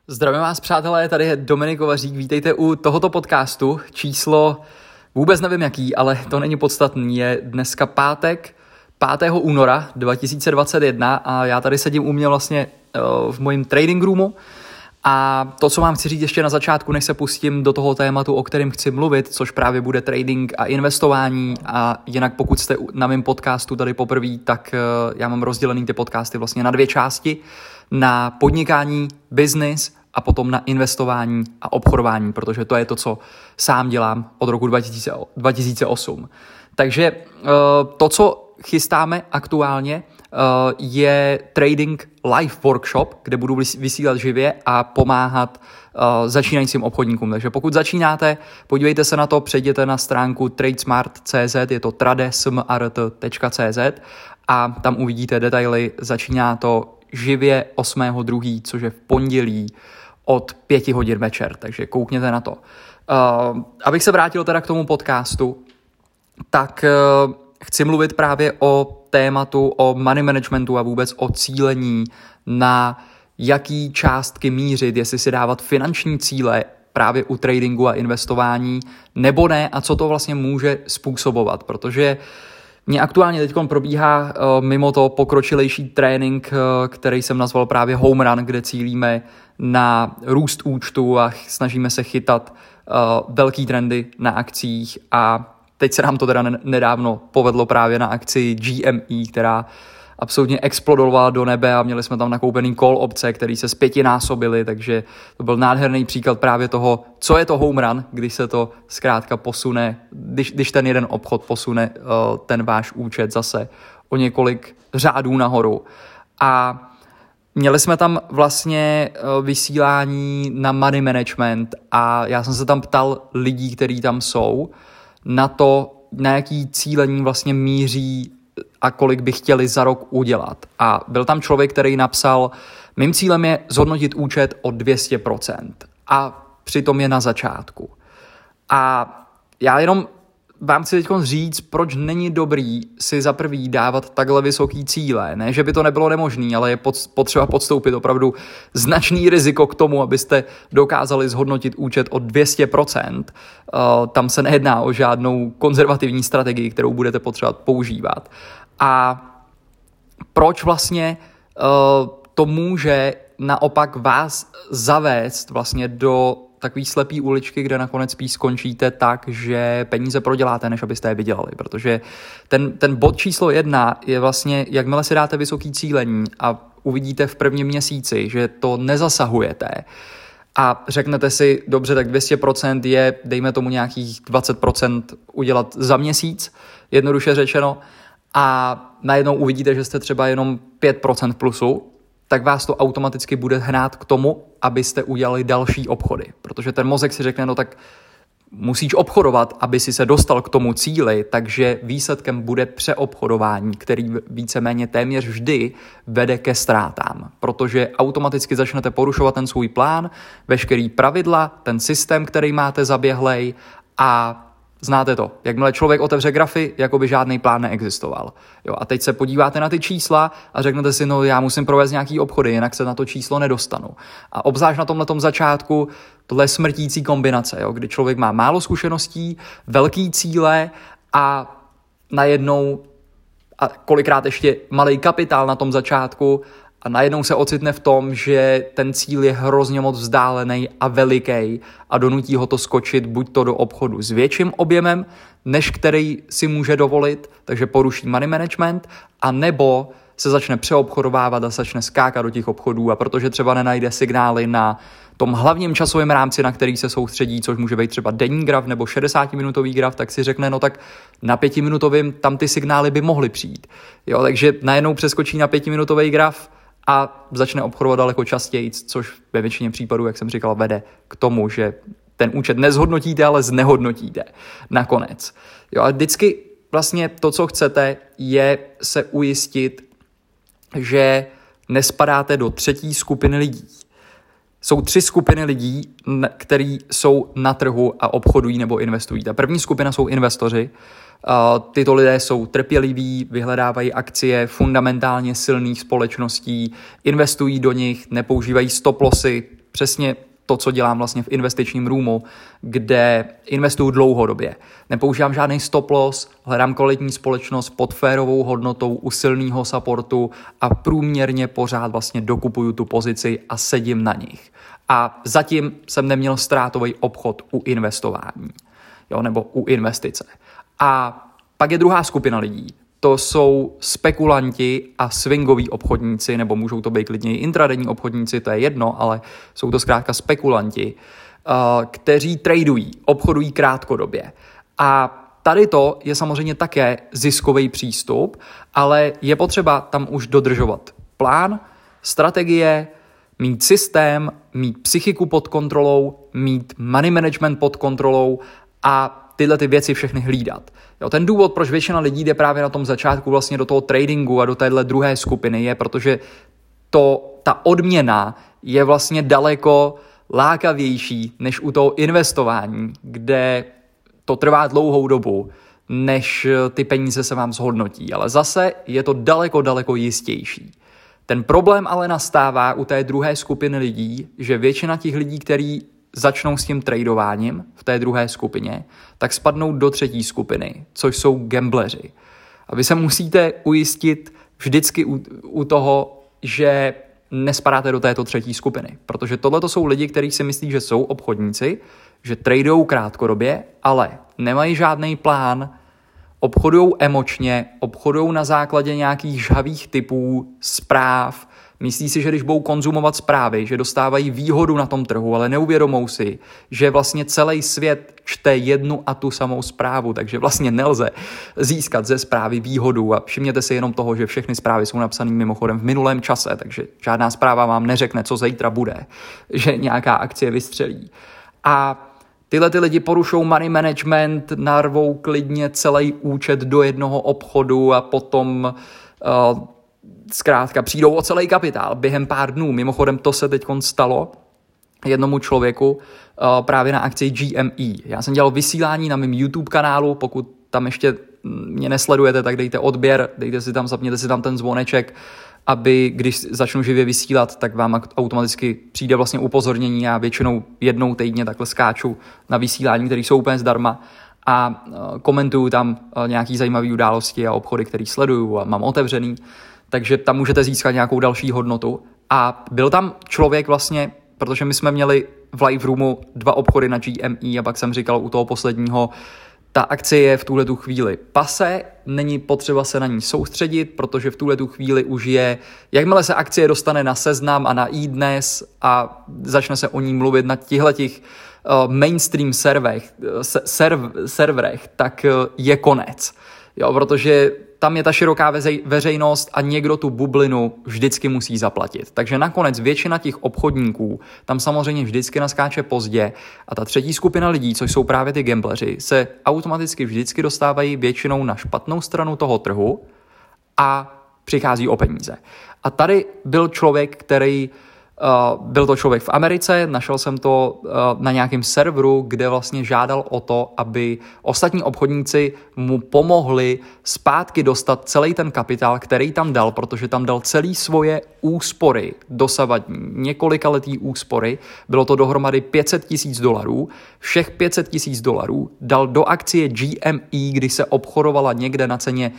Zdravím vás, přátelé, tady je Dominik Kovařík, vítejte u tohoto podcastu, číslo vůbec nevím jaký, ale to není podstatný, je dneska pátek, 5. února 2021 a já tady sedím u mě vlastně v mojím trading roomu a to, co vám chci říct ještě na začátku, než se pustím do toho tématu, o kterém chci mluvit, což právě bude trading a investování a jinak pokud jste na mém podcastu tady poprvé, tak já mám rozdělený ty podcasty vlastně na dvě části, na podnikání, business a potom na investování a obchodování, protože to je to, co sám dělám od roku 2008. Takže to, co chystáme aktuálně, je Trading Live Workshop, kde budu vysílat živě a pomáhat začínajícím obchodníkům. Takže pokud začínáte, podívejte se na to, přejděte na stránku tradesmart.cz, je to tradesmart.cz a tam uvidíte detaily. Začíná to živě 8.2., což je v pondělí od 5 hodin večer, takže koukněte na to. Abych se vrátil teda k tomu podcastu, tak chci mluvit právě o tématu, o money managementu a vůbec o cílení, na jaký částky mířit, jestli si dávat finanční cíle právě u tradingu a investování, nebo ne a co to vlastně může způsobovat, protože mně aktuálně teď probíhá mimo to pokročilejší trénink, který jsem nazval právě Home Run, kde cílíme na růst účtu a snažíme se chytat velký trendy na akcích a teď se nám to teda nedávno povedlo právě na akci GME, která absolutně explodovala do nebe a měli jsme tam nakoupený call opce, který se zpětinásobily, takže to byl nádherný příklad právě toho, co je to home run, když se to zkrátka posune, když ten jeden obchod posune ten váš účet zase o několik řádů nahoru. A měli jsme tam vlastně vysílání na money management a já jsem se tam ptal lidí, kteří tam jsou, na to, na jaký cílení vlastně míří a kolik by chtěli za rok udělat. A byl tam člověk, který napsal, mým cílem je zhodnotit účet o 200% a přitom je na začátku. A já jenom vám chci teď říct, proč není dobrý si za prvý dávat takhle vysoký cíle. Ne, že by to nebylo nemožné, ale je potřeba podstoupit opravdu značný riziko k tomu, abyste dokázali zhodnotit účet o 200%. Tam se nejedná o žádnou konzervativní strategii, kterou budete potřebovat používat. A proč vlastně to může naopak vás zavést vlastně do takový slepý uličky, kde nakonec spíš skončíte tak, že peníze proděláte, než abyste je vydělali, protože ten bod číslo 1 je vlastně, jakmile si dáte vysoký cílení a uvidíte v prvním měsíci, že to nezasahujete a řeknete si, dobře, tak 200% je, dejme tomu nějakých 20% udělat za měsíc, jednoduše řečeno, a najednou uvidíte, že jste třeba jenom 5% plusu, tak vás to automaticky bude hnát k tomu, abyste udělali další obchody. Protože ten mozek si řekne, no tak musíš obchodovat, aby si se dostal k tomu cíli, takže výsledkem bude přeobchodování, který víceméně téměř vždy vede ke ztrátám. Protože automaticky začnete porušovat ten svůj plán, veškerý pravidla, ten systém, který máte zaběhlej a znáte to. Jakmile člověk otevře grafy, jako by žádný plán neexistoval. Jo, a teď se podíváte na ty čísla a řeknete si, no já musím provést nějaký obchody, jinak se na to číslo nedostanu. A obzvlášť na tomhletom začátku tohle je smrtící kombinace, jo, kdy člověk má málo zkušeností, velký cíle a najednou a kolikrát ještě malý kapitál na tom začátku a najednou se ocitne v tom, že ten cíl je hrozně moc vzdálený a veliký a donutí ho to skočit buď to do obchodu s větším objemem, než který si může dovolit, takže poruší money management, a nebo se začne přeobchodovávat a začne skákat do těch obchodů a protože třeba nenajde signály na tom hlavním časovém rámci, na který se soustředí, což může být třeba denní graf nebo 60-minutový graf, tak si řekne, no tak na 5minutovým tam ty signály by mohly přijít. Jo, takže najednou přeskočí na 5minutový graf a začne obchodovat daleko častěji, což ve většině případů, jak jsem říkal, vede k tomu, že ten účet nezhodnotíte, ale znehodnotíte nakonec. Jo, a vždycky vlastně to, co chcete, je se ujistit, že nespadáte do třetí skupiny lidí. Jsou 3 skupiny lidí, který jsou na trhu a obchodují nebo investují. Ta první skupina jsou investoři. Tyto lidé jsou trpěliví, vyhledávají akcie fundamentálně silných společností, investují do nich, nepoužívají stop lossy, přesně to, co dělám vlastně v investičním roomu, kde investuju dlouhodobě. Nepoužívám žádný stop loss, hledám kvalitní společnost pod férovou hodnotou u silného supportu a průměrně pořád vlastně dokupuju tu pozici a sedím na nich. A zatím jsem neměl ztrátový obchod u investování, jo, nebo u investice. A pak je druhá skupina lidí. To jsou spekulanti a swingoví obchodníci, nebo můžou to být klidně i intradenní obchodníci, to je jedno, ale jsou to zkrátka spekulanti, kteří tradují, obchodují krátkodobě. A tady to je samozřejmě také ziskový přístup, ale je potřeba tam už dodržovat plán, strategie, mít systém, mít psychiku pod kontrolou, mít money management pod kontrolou a tyhle ty věci všechny hlídat. Jo, ten důvod, proč většina lidí jde právě na tom začátku vlastně do toho tradingu a do téhle druhé skupiny je, protože ta odměna je vlastně daleko lákavější než u toho investování, kde to trvá dlouhou dobu, než ty peníze se vám zhodnotí. Ale zase je to daleko jistější. Ten problém ale nastává u té druhé skupiny lidí, že většina těch lidí, kteří začnou s tím tradováním v té druhé skupině, tak spadnou do třetí skupiny, což jsou gambleři. A vy se musíte ujistit vždycky u toho, že nespadáte do této třetí skupiny. Protože tohle jsou lidi, kteří si myslí, že jsou obchodníci, že tradujou krátkodobě, ale nemají žádný plán, obchodují emočně, obchodují na základě nějakých žhavých typů, zpráv, myslí si, že když budou konzumovat zprávy, že dostávají výhodu na tom trhu, ale neuvědomou si, že vlastně celý svět čte jednu a tu samou zprávu, takže vlastně nelze získat ze zprávy výhodu a všimněte si jenom toho, že všechny zprávy jsou napsané mimochodem v minulém čase, takže žádná zpráva vám neřekne, co zítra bude, že nějaká akcie vystřelí. A tyhle ty lidi porušou money management, narvou klidně celý účet do jednoho obchodu a potom zkrátka přijdou o celý kapitál během pár dnů. Mimochodem to se teď stalo jednomu člověku právě na akci GME. Já jsem dělal vysílání na mém YouTube kanálu, pokud tam ještě mě nesledujete, tak dejte odběr, zapněte si tam ten zvoneček, aby když začnu živě vysílat, tak vám automaticky přijde vlastně upozornění. Já většinou jednou týdně takhle skáču na vysílání, které jsou úplně zdarma a komentuju tam nějaký zajímavé události a obchody, které sleduju a mám otevřený, takže tam můžete získat nějakou další hodnotu. A byl tam člověk vlastně, protože my jsme měli v live roomu 2 obchody na GME a pak jsem říkal u toho posledního, ta akcie je v tuhletu chvíli pase, není potřeba se na ní soustředit, protože v tuhletu chvíli už je, jakmile se akcie dostane na Seznam a na iDnes a začne se o ní mluvit na těchhletích mainstream serverech, tak je konec. Jo, protože tam je ta široká veřejnost a někdo tu bublinu vždycky musí zaplatit. Takže nakonec většina těch obchodníků tam samozřejmě vždycky naskáče pozdě a ta třetí skupina lidí, což jsou právě ty gambleři, se automaticky vždycky dostávají většinou na špatnou stranu toho trhu a přichází o peníze. A tady byl člověk, byl to člověk v Americe, našel jsem to na nějakém serveru, kde vlastně žádal o to, aby ostatní obchodníci mu pomohli zpátky dostat celý ten kapitál, který tam dal, protože tam dal celý svoje úspory, dosavadní, několikaletý úspory, bylo to dohromady $500,000, všech $500,000 dal do akcie GME, kdy se obchodovala někde na ceně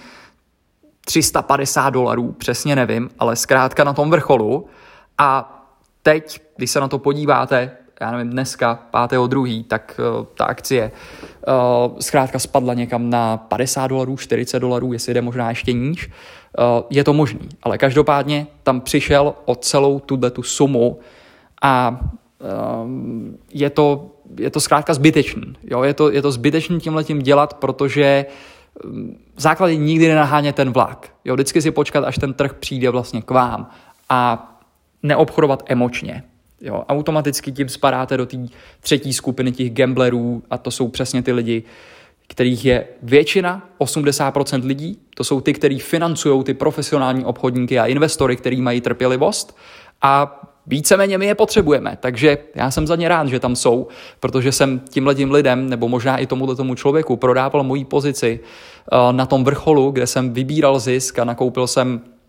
$350, přesně nevím, ale zkrátka na tom vrcholu. A teď, když se na to podíváte, já nevím, dneska, 5.2., tak ta akcie zkrátka spadla někam na $50, $40, jestli jde možná ještě níž. Je to možný, ale každopádně tam přišel o celou tu sumu a je to zkrátka zbytečný. Jo? Je to zbytečný tímhletím dělat, protože v základě nikdy nenahánět ten vlak. Jo? Vždycky si počkat, až ten trh přijde vlastně k vám a neobchodovat emočně. Jo, automaticky tím spadáte do té třetí skupiny těch gamblerů a to jsou přesně ty lidi, kterých je většina, 80% lidí, to jsou ty, kteří financují ty profesionální obchodníky a investory, kteří mají trpělivost a víceméně my je potřebujeme, takže já jsem za ně rád, že tam jsou, protože jsem tímhletím lidem, nebo možná i tomu člověku prodával moji pozici na tom vrcholu, kde jsem vybíral zisk a nakoupil jsem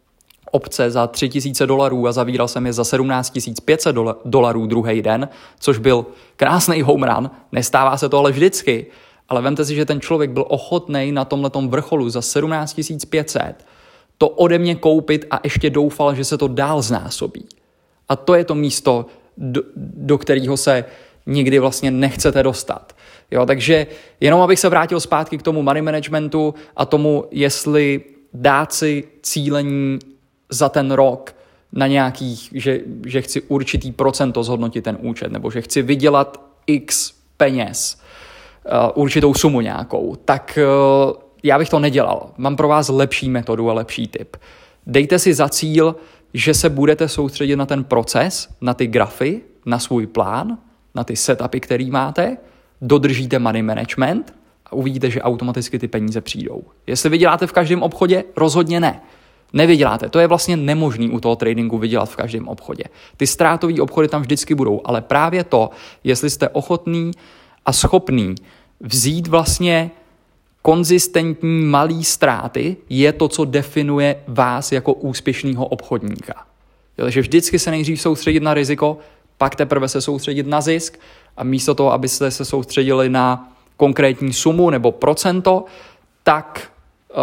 opce za $3,000 a zavíral jsem je za $17,500 druhý den, což byl krásný home run, nestává se to ale vždycky, ale vemte si, že ten člověk byl ochotnej na tomhletom vrcholu za 17,500 to ode mě koupit a ještě doufal, že se to dál znásobí. A to je to místo, do kterého se nikdy vlastně nechcete dostat. Jo, takže jenom abych se vrátil zpátky k tomu money managementu a tomu, jestli dát si cílení za ten rok na nějakých, že chci určitý procento zhodnotit ten účet, nebo že chci vydělat x peněz, určitou sumu nějakou, tak já bych to nedělal. Mám pro vás lepší metodu a lepší tip. Dejte si za cíl, že se budete soustředit na ten proces, na ty grafy, na svůj plán, na ty setupy, který máte, dodržíte money management a uvidíte, že automaticky ty peníze přijdou. Jestli vyděláte v každém obchodě, rozhodně ne. Nevyděláte. To je vlastně nemožný u toho tradingu vydělat v každém obchodě. Ty ztrátové obchody tam vždycky budou, ale právě to, jestli jste ochotný a schopný vzít vlastně konzistentní malý ztráty, je to, co definuje vás jako úspěšného obchodníka. Takže vždycky se nejdřív soustředit na riziko, pak teprve se soustředit na zisk a místo toho, abyste se soustředili na konkrétní sumu nebo procento, tak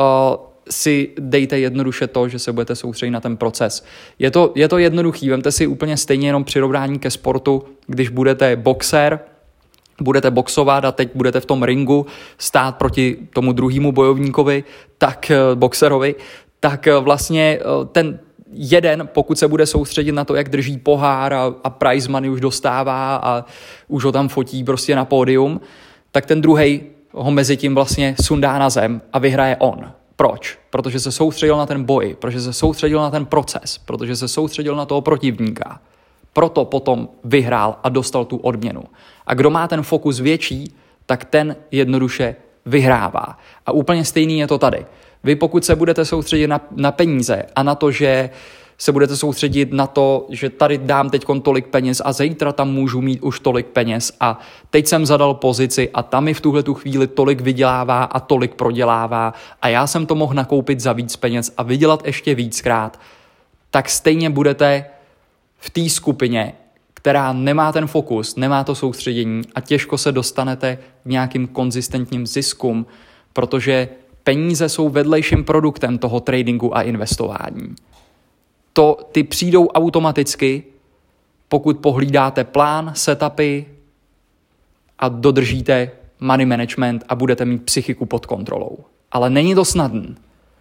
si dejte jednoduše to, že se budete soustředit na ten proces. Je to jednoduchý, vemte si úplně stejně jenom přirovnání ke sportu, když budete boxer, budete boxovat a teď budete v tom ringu stát proti tomu druhému bojovníkovi, tak boxerovi, tak vlastně ten jeden, pokud se bude soustředit na to, jak drží pohár a prize money už dostává a už ho tam fotí prostě na pódium, tak ten druhej ho mezi tím vlastně sundá na zem a vyhraje on. Proč? Protože se soustředil na ten boj, protože se soustředil na ten proces, protože se soustředil na toho protivníka. Proto potom vyhrál a dostal tu odměnu. A kdo má ten fokus větší, tak ten jednoduše vyhrává. A úplně stejný je to tady. Vy pokud se budete soustředit na peníze a na to, že se budete soustředit na to, že tady dám teď tolik peněz a zítra tam můžu mít už tolik peněz a teď jsem zadal pozici a tam mi v tuhletu chvíli tolik vydělává a tolik prodělává a já jsem to mohl nakoupit za víc peněz a vydělat ještě víckrát, tak stejně budete v té skupině, která nemá ten fokus, nemá to soustředění a těžko se dostanete k nějakým konzistentním ziskům, protože peníze jsou vedlejším produktem toho tradingu a investování. Ty přijdou automaticky, pokud pohlídáte plán, setupy a dodržíte money management a budete mít psychiku pod kontrolou. Ale není to snadné.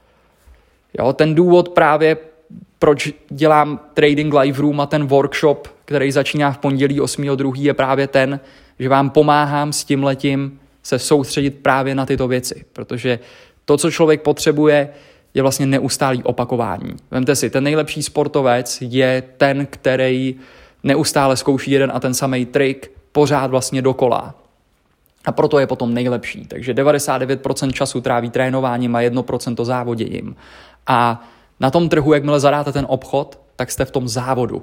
Ten důvod právě, proč dělám Trading Live Room a ten workshop, který začíná v pondělí 8.2. je právě ten, že vám pomáhám s tímhletím se soustředit právě na tyto věci. Protože to, co člověk potřebuje, je vlastně neustálý opakování. Vemte si, ten nejlepší sportovec je ten, který neustále zkouší jeden a ten samý trik pořád vlastně dokola. A proto je potom nejlepší. Takže 99% času tráví trénováním a 1% závoděním. A na tom trhu, jakmile zadáte ten obchod, tak jste v tom závodu.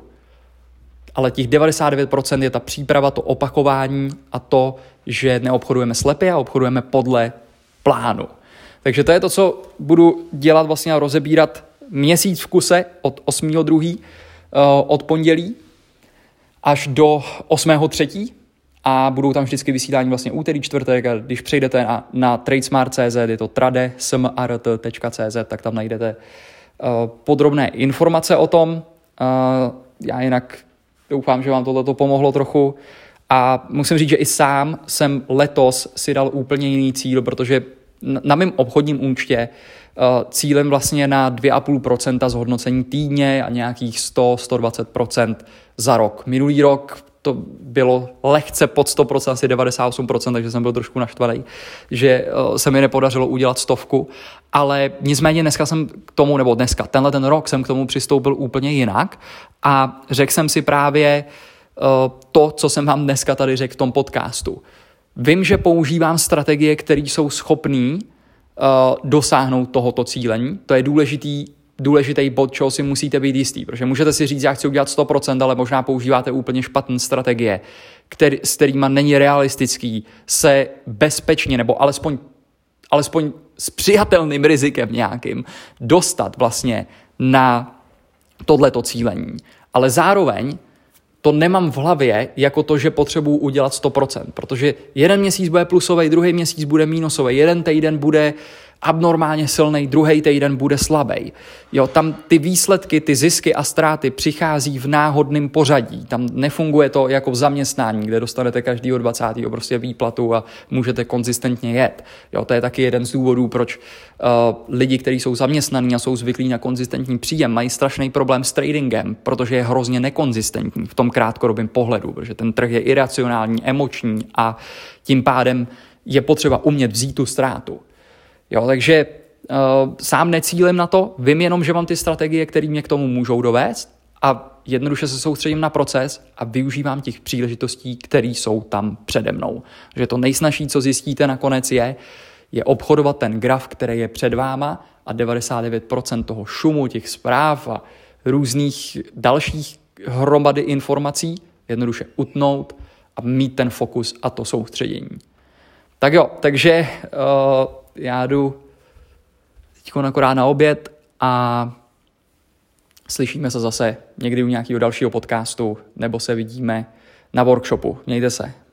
Ale těch 99% je ta příprava, to opakování a to, že neobchodujeme slepě a obchodujeme podle plánu. Takže to je to, co budu dělat vlastně a rozebírat měsíc v kuse od 8.2. Od pondělí až do 8.3. a budou tam vždycky vysílání vlastně úterý, čtvrtek a když přejdete na tradesmart.cz, je to trade.cz, tak tam najdete podrobné informace o tom. Já jinak doufám, že vám tohleto pomohlo trochu a musím říct, že i sám jsem letos si dal úplně jiný cíl, protože na mém obchodním účtě cílem vlastně na 2,5% zhodnocení týdně a nějakých 100-120% za rok. Minulý rok to bylo lehce pod 100%, asi 98%, takže jsem byl trošku naštvaný, že se mi nepodařilo udělat 100, ale nicméně tenhle ten rok jsem k tomu přistoupil úplně jinak a řekl jsem si právě to, co jsem vám dneska tady řekl v tom podcastu. Vím, že používám strategie, které jsou schopné dosáhnout tohoto cílení. To je důležitý bod, čeho si musíte být jistý, protože můžete si říct, já chci udělat 100%, ale možná používáte úplně špatné strategie, s kterýma není realistický se bezpečně nebo alespoň s přijatelným rizikem nějakým dostat vlastně na tohleto cílení. Ale zároveň to nemám v hlavě jako to, že potřebuji udělat 100%, protože jeden měsíc bude plusový, druhý měsíc bude mínusový, jeden týden bude abnormálně silný, druhý týden bude slabý. Jo, tam ty výsledky, ty zisky a ztráty přichází v náhodném pořadí. Tam nefunguje to jako v zaměstnání, kde dostanete každýho 20. prostě výplatu a můžete konzistentně jet. Jo, to je taky jeden z důvodů, proč lidi, kteří jsou zaměstnaní a jsou zvyklí na konzistentní příjem, mají strašný problém s tradingem, protože je hrozně nekonzistentní v tom krátkodobém pohledu, protože ten trh je iracionální, emoční a tím pádem je potřeba umět vzít tu ztrátu. Jo, takže sám necílím na to, vím jenom, že mám ty strategie, které mě k tomu můžou dovést a jednoduše se soustředím na proces a využívám těch příležitostí, které jsou tam přede mnou. Že to nejsnažší, co zjistíte nakonec je obchodovat ten graf, který je před váma a 99% toho šumu, těch zpráv a různých dalších hromady informací jednoduše utnout a mít ten fokus a to soustředění. Tak jo, takže já jdu teď akorát na oběd a slyšíme se zase někdy u nějakého dalšího podcastu nebo se vidíme na workshopu. Mějte se.